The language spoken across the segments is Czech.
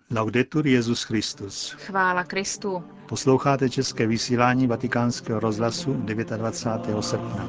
Laudetur Jesus Christus. Chvála Kristu. Posloucháte české vysílání Vatikánského rozhlasu 29. srpna.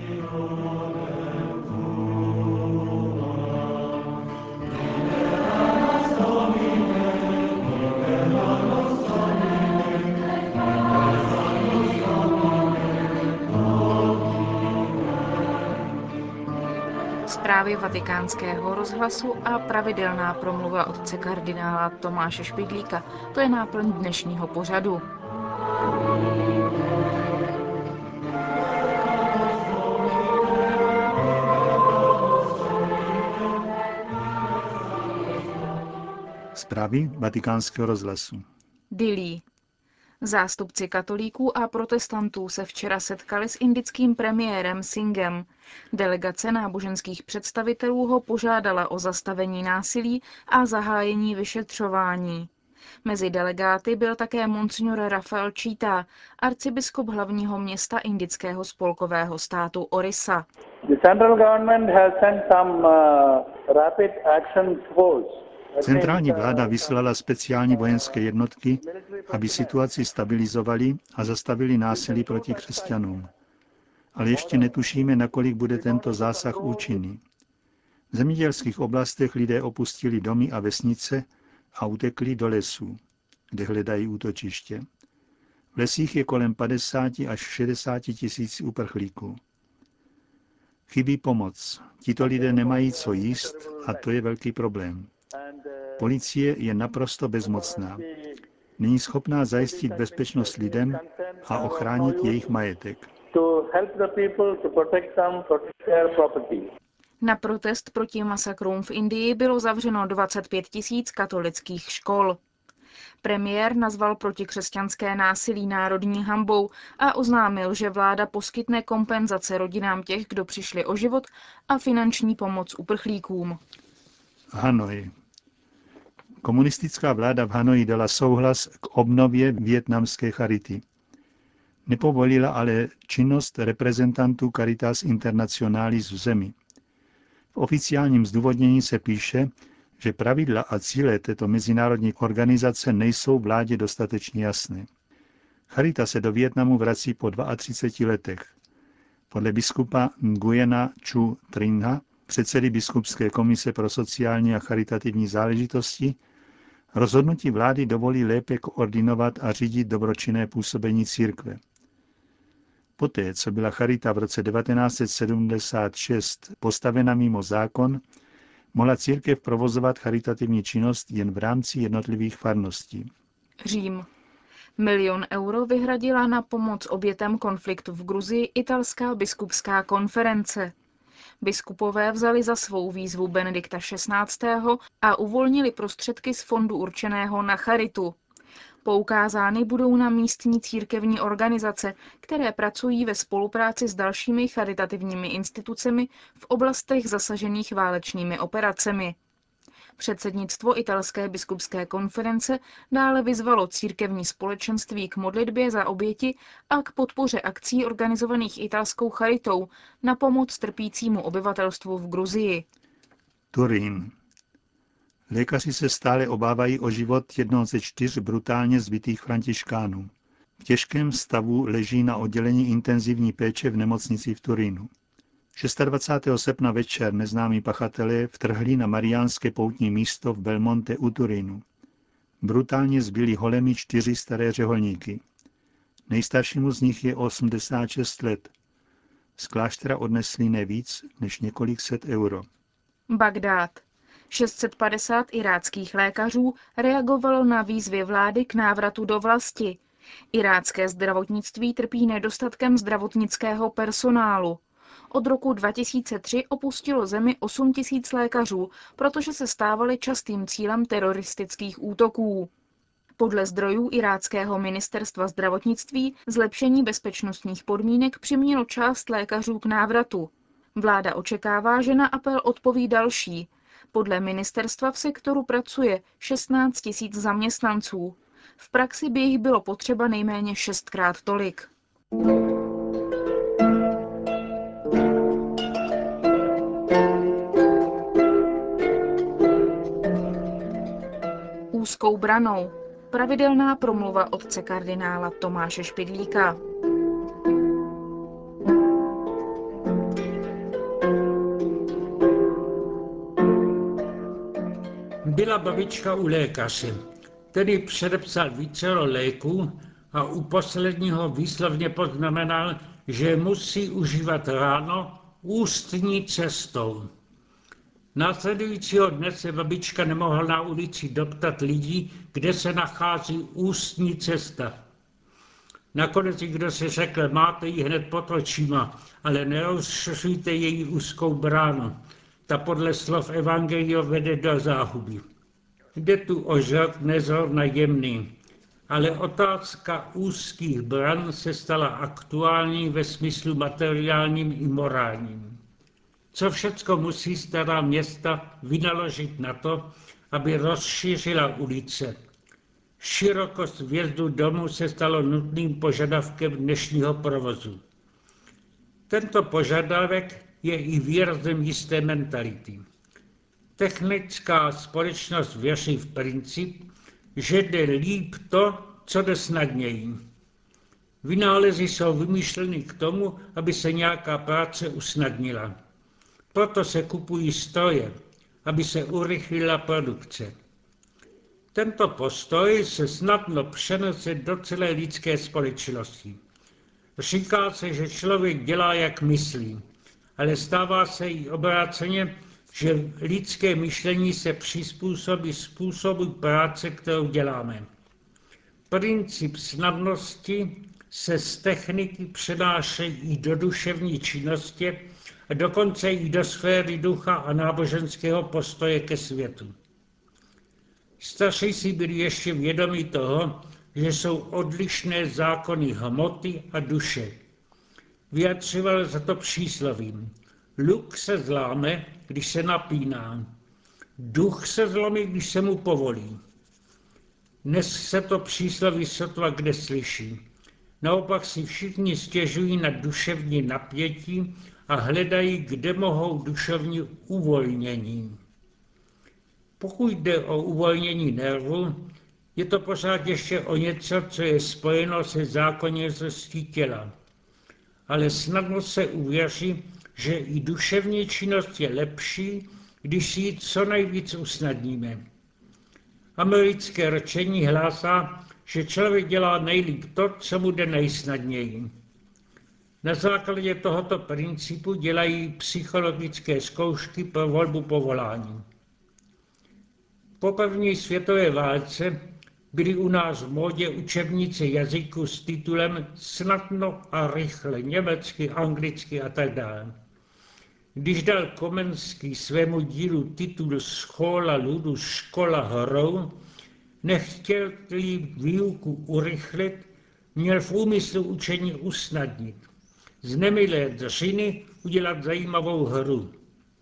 Zprávy Vatikánského rozhlasu a pravidelná promluva otce kardinála Tomáše Špidlíka. To je náplň dnešního pořadu. Zprávy Vatikánského rozhlasu. Dillí. Zástupci katolíků a protestantů se včera setkali s indickým premiérem Singhem. Delegace náboženských představitelů ho požádala o zastavení násilí a zahájení vyšetřování. Mezi delegáty byl také monsignor Rafael Čítá, arcibiskup hlavního města indického spolkového státu Orissa. Centrální vláda vyslala speciální vojenské jednotky, aby situaci stabilizovali a zastavili násilí proti křesťanům. Ale ještě netušíme, nakolik bude tento zásah účinný. V zemědělských oblastech lidé opustili domy a vesnice a utekli do lesů, kde hledají útočiště. V lesích je kolem 50 až 60 tisíc uprchlíků. Chybí pomoc. Tito lidé nemají co jíst a to je velký problém. Policie je naprosto bezmocná. Není schopná zajistit bezpečnost lidem a ochránit jejich majetek. Na protest proti masakrům v Indii bylo zavřeno 25 000 katolických škol. Premiér nazval protikřesťanské násilí národní hanbou a oznámil, že vláda poskytne kompenzace rodinám těch, kdo přišli o život, a finanční pomoc uprchlíkům. Hanoj. Komunistická vláda v Hanoji dala souhlas k obnově vietnamské charity. Nepovolila ale činnost reprezentantů Caritas Internationalis v zemi. V oficiálním zdůvodnění se píše, že pravidla a cíle této mezinárodní organizace nejsou vládě dostatečně jasné. Charita se do Vietnamu vrací po 32 letech. Podle biskupa Nguyena Chu Trinha, předsedy biskupské komise pro sociální a charitativní záležitosti, rozhodnutí vlády dovolí lépe koordinovat a řídit dobročinné působení církve. Poté, co byla charita v roce 1976 postavena mimo zákon, mohla církev provozovat charitativní činnost jen v rámci jednotlivých farností. Řím. 1 000 000 euro vyhradila na pomoc obětem konfliktu v Gruzii italská biskupská konference. Biskupové vzali za svou výzvu Benedikta XVI. A uvolnili prostředky z fondu určeného na charitu. Poukázány budou na místní církevní organizace, které pracují ve spolupráci s dalšími charitativními institucemi v oblastech zasažených válečnými operacemi. Předsednictvo italské biskupské konference dále vyzvalo církevní společenství k modlitbě za oběti a k podpoře akcí organizovaných italskou charitou na pomoc trpícímu obyvatelstvu v Gruzii. Turín. Lékaři se stále obávají o život jednoho ze 4 brutálně zbitých františkánů. V těžkém stavu leží na oddělení intenzivní péče v nemocnici v Turínu. 26. srpna večer neznámí pachatelé vtrhli na mariánské poutní místo v Belmonte u Turínu. Brutálně zbili holemi 4 staré řeholníky. Nejstaršímu z nich je 86 let. Z kláštera odnesli ne víc než několik set euro. Bagdád. 650 iráckých lékařů reagovalo na výzvy vlády k návratu do vlasti. Irácké zdravotnictví trpí nedostatkem zdravotnického personálu. Od roku 2003 opustilo zemi 8 000 lékařů, protože se stávali častým cílem teroristických útoků. Podle zdrojů iráckého ministerstva zdravotnictví zlepšení bezpečnostních podmínek přimělo část lékařů k návratu. Vláda očekává, že na apel odpoví další. Podle ministerstva v sektoru pracuje 16 000 zaměstnanců. V praxi by jich bylo potřeba nejméně 6krát tolik. úzkou branou. Pravidelná promluva otce kardinála Tomáše Špidlíka. Byla babička u lékaře, který předepsal vícero léků a u posledního výslovně poznamenal, že musí užívat ráno ústní cestou. Následujícího dne se babička nemohla na ulici doptat lidí, kde se nachází ústní cesta. Nakonec kdo si řekl, máte ji hned pod očima, ale nerozšiřujte její úzkou bránu. Ta podle slov Evangelia vede do záhuby. Jde tu o žad nezrovna jemný, ale otázka úzkých bran se stala aktuální ve smyslu materiálním i morálním. Co všecko musí stará města vynaložit na to, aby rozšířila ulice? Širokost vjezdu domů se stalo nutným požadavkem dnešního provozu. Tento požadavek je i výrazem jisté mentality. Technická společnost věří v princip, že jde líp to, co jde snadněji. Vynálezy jsou vymýšleny k tomu, aby se nějaká práce usnadnila. Proto se kupují stroje, aby se urychlila produkce. Tento postoj se snadno přenese do celé lidské společnosti. Říká se, že člověk dělá, jak myslí, ale stává se i obráceně, že lidské myšlení se přizpůsobí způsobu práce, kterou děláme. Princip snadnosti se z techniky přenáší i do duševní činnosti a dokonce i do sféry ducha a náboženského postoje ke světu. Starší si byli ještě vědomi toho, že jsou odlišné zákony hmoty a duše. Vyjadřoval za to příslovím. Luk se zláme, když se napíná. Duch se zlomí, když se mu povolí. Dnes se to přísloví sotva kde slyší. Naopak si všichni stěžují na duševní napětí a hledají, kde mohou duševní uvolnění. Pokud jde o uvolnění nervu, je to pořád ještě o něco, co je spojeno se zákonitostí těla. Ale snadno se uvěří, že i duševní činnost je lepší, když si ji co nejvíc usnadníme. Americké rčení hlásá, že člověk dělá nejlíp to, co mu jde nejsnadněji. Na základě tohoto principu dělají psychologické zkoušky pro volbu povolání. Po první světové válce byly u nás v módě učebnice jazyků s titulem Snadno a rychle, německy, anglicky a tak dále. Když dal Komenský svému dílu titul Škola ludu, škola horou, nechtěl výuku urychlit, měl v úmyslu učení usnadnit. Z nemilé dřiny udělat zajímavou hru.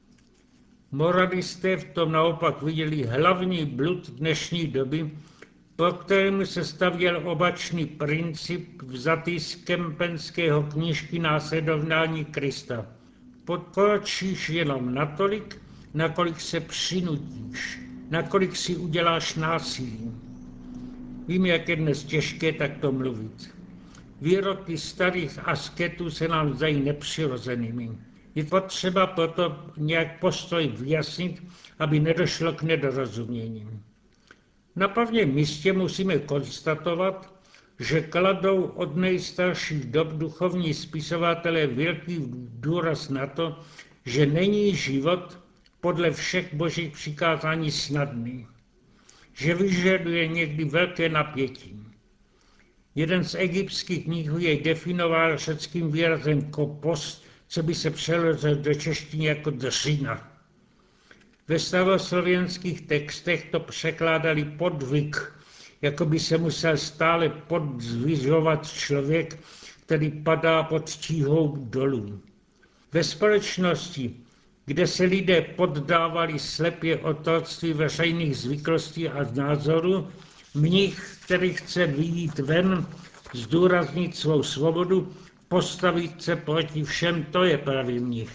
Moralisté v tom naopak viděli hlavní blud dnešní doby, pro kterému se stavěl obačný princip vzatý z kempenského knížky Následování Krista. Pokročíš jenom natolik, nakolik se přinutíš, nakolik si uděláš násilí. Vím, jak je dnes těžké takto mluvit. Výroky starých asketů se nám zdají nepřirozenými. Je potřeba proto nějak postoj vyjasnit, aby nedošlo k nedorozumění. Na prvním místě musíme konstatovat, že kladou od nejstarších dob duchovní spisovatelé velký důraz na to, že není život podle všech božích přikázání snadný, že vyžaduje někdy velké napětí. Jeden z egyptských knih jej definoval řeckým výrazem kopos, co by se přeložilo do češtiny jako dřina. Ve staroslovenských textech to překládali podvyk, jako by se musel stále podzvyžovat člověk, který padá pod tíhou dolů. Ve společnosti, kde se lidé poddávali slepě otroctví veřejných zvyklostí a názorů, mnich, který chce vyjít ven, zdůraznit svou svobodu, postavit se proti všem, to je pravý mnich.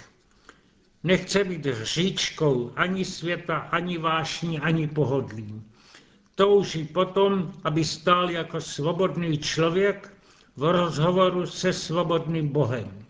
Nechce být říčkou ani světa, ani vášní, ani pohodlí. Touží potom, aby stál jako svobodný člověk v rozhovoru se svobodným Bohem.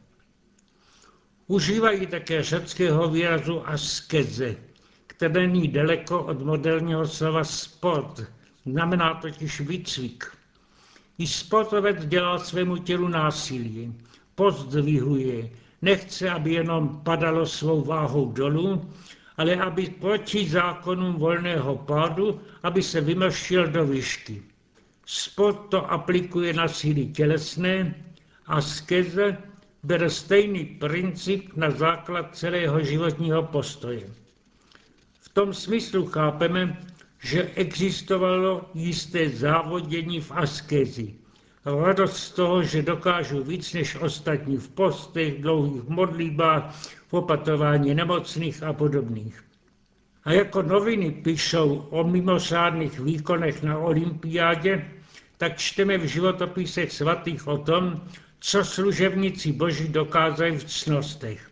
Užívají také řeckého výrazu askeze, které není daleko od moderního slova sport, znamená totiž výcvik. I sportovec dělá svému tělu násilí, pozdvihuje, nechce, aby jenom padalo svou váhou dolů, ale aby proti zákonům volného pádu, aby se vymrštil do výšky. Sport to aplikuje na síly tělesné, askeze bere stejný princip na základ celého životního postoje. V tom smyslu chápeme, že existovalo jisté závodění v askézi. Radost z toho, že dokážu víc než ostatní v postech, dlouhých modlitbách, v opatrování nemocných a podobných. A jako noviny píšou o mimořádných výkonech na olympiádě, tak čteme v životopisech svatých o tom, co služebníci Boží dokázali v ctnostech.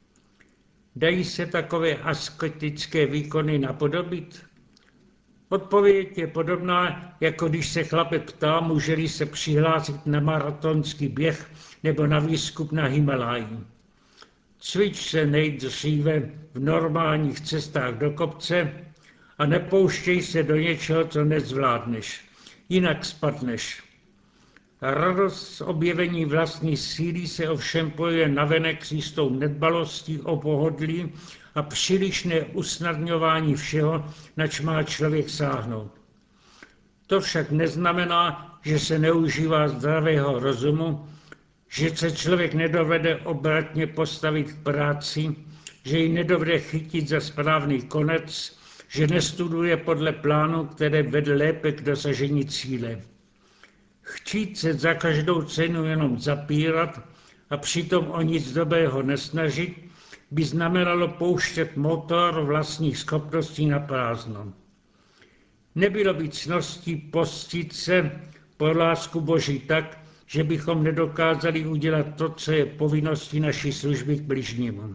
Dají se takové asketické výkony napodobit? Odpověď je podobná, jako když se chlapec ptá, může-li se přihlásit na maratonský běh nebo na výstup na Himalaji. Cvič se nejdříve v normálních cestách do kopce a nepouštěj se do něčeho, co nezvládneš, jinak spadneš. Radost z objevení vlastní síly se ovšem pojuje navenek s jistou nedbalostí o pohodlí a přílišné usnadňování všeho, nač má člověk sáhnout. To však neznamená, že se neužívá zdravého rozumu, že se člověk nedovede obratně postavit k práci, že ji nedovede chytit za správný konec, že nestuduje podle plánu, který vede lépe k dosažení cíle. Chtít se za každou cenu jenom zapírat a přitom o nic dobrého nesnažit, by znamenalo pouštět motor vlastních schopností na prázdno. Nebylo by ctností postit se pro lásku Boží tak, že bychom nedokázali udělat to, co je povinností naší služby k bližnímu.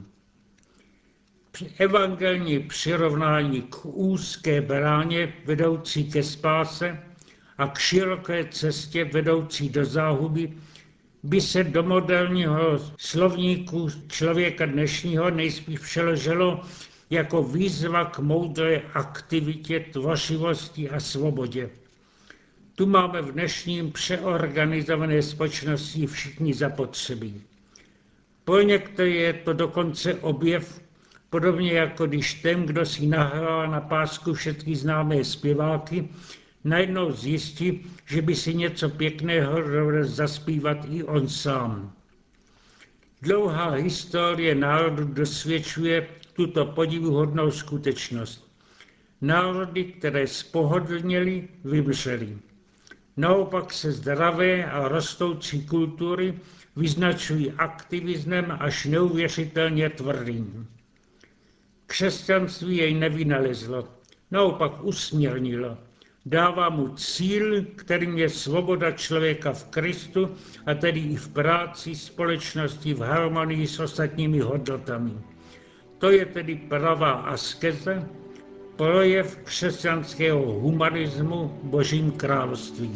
Evangelní přirovnání k úzké bráně vedoucí ke spáse a k široké cestě vedoucí do záhuby by se do moderního slovníku člověka dnešního nejspíš přeložilo jako výzva k moudré aktivitě, tvořivosti a svobodě. Tu máme v dnešním přeorganizované společnosti všichni zapotřebí. Pro některé je to dokonce objev, podobně jako když ten, kdo si nahrává na pásku všechny známé zpěváky, najednou zjistí, že by si něco pěkného dovedl zaspívat i on sám. Dlouhá historie národu dosvědčuje tuto podivuhodnou skutečnost. Národy, které spohodlněly, vymřely. Naopak se zdravé a rostoucí kultury vyznačují aktivismem až neuvěřitelně tvrdým. Křesťanství jej nevynalezlo, naopak usměrnilo. Dává mu cíl, kterým je svoboda člověka v Kristu, a tedy i v práci, společnosti, v harmonii s ostatními hodnotami. To je tedy pravá askeze, projev křesťanského humanismu v Božím království.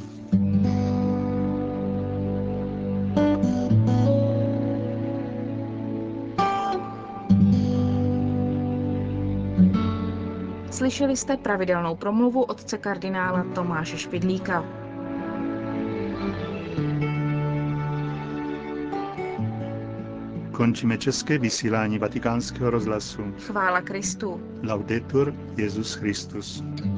Slyšeli jste pravidelnou promluvu otce kardinála Tomáše Špidlíka. Končíme české vysílání Vatikánského rozhlasu. Chvála Kristu. Laudetur Jesus Christus.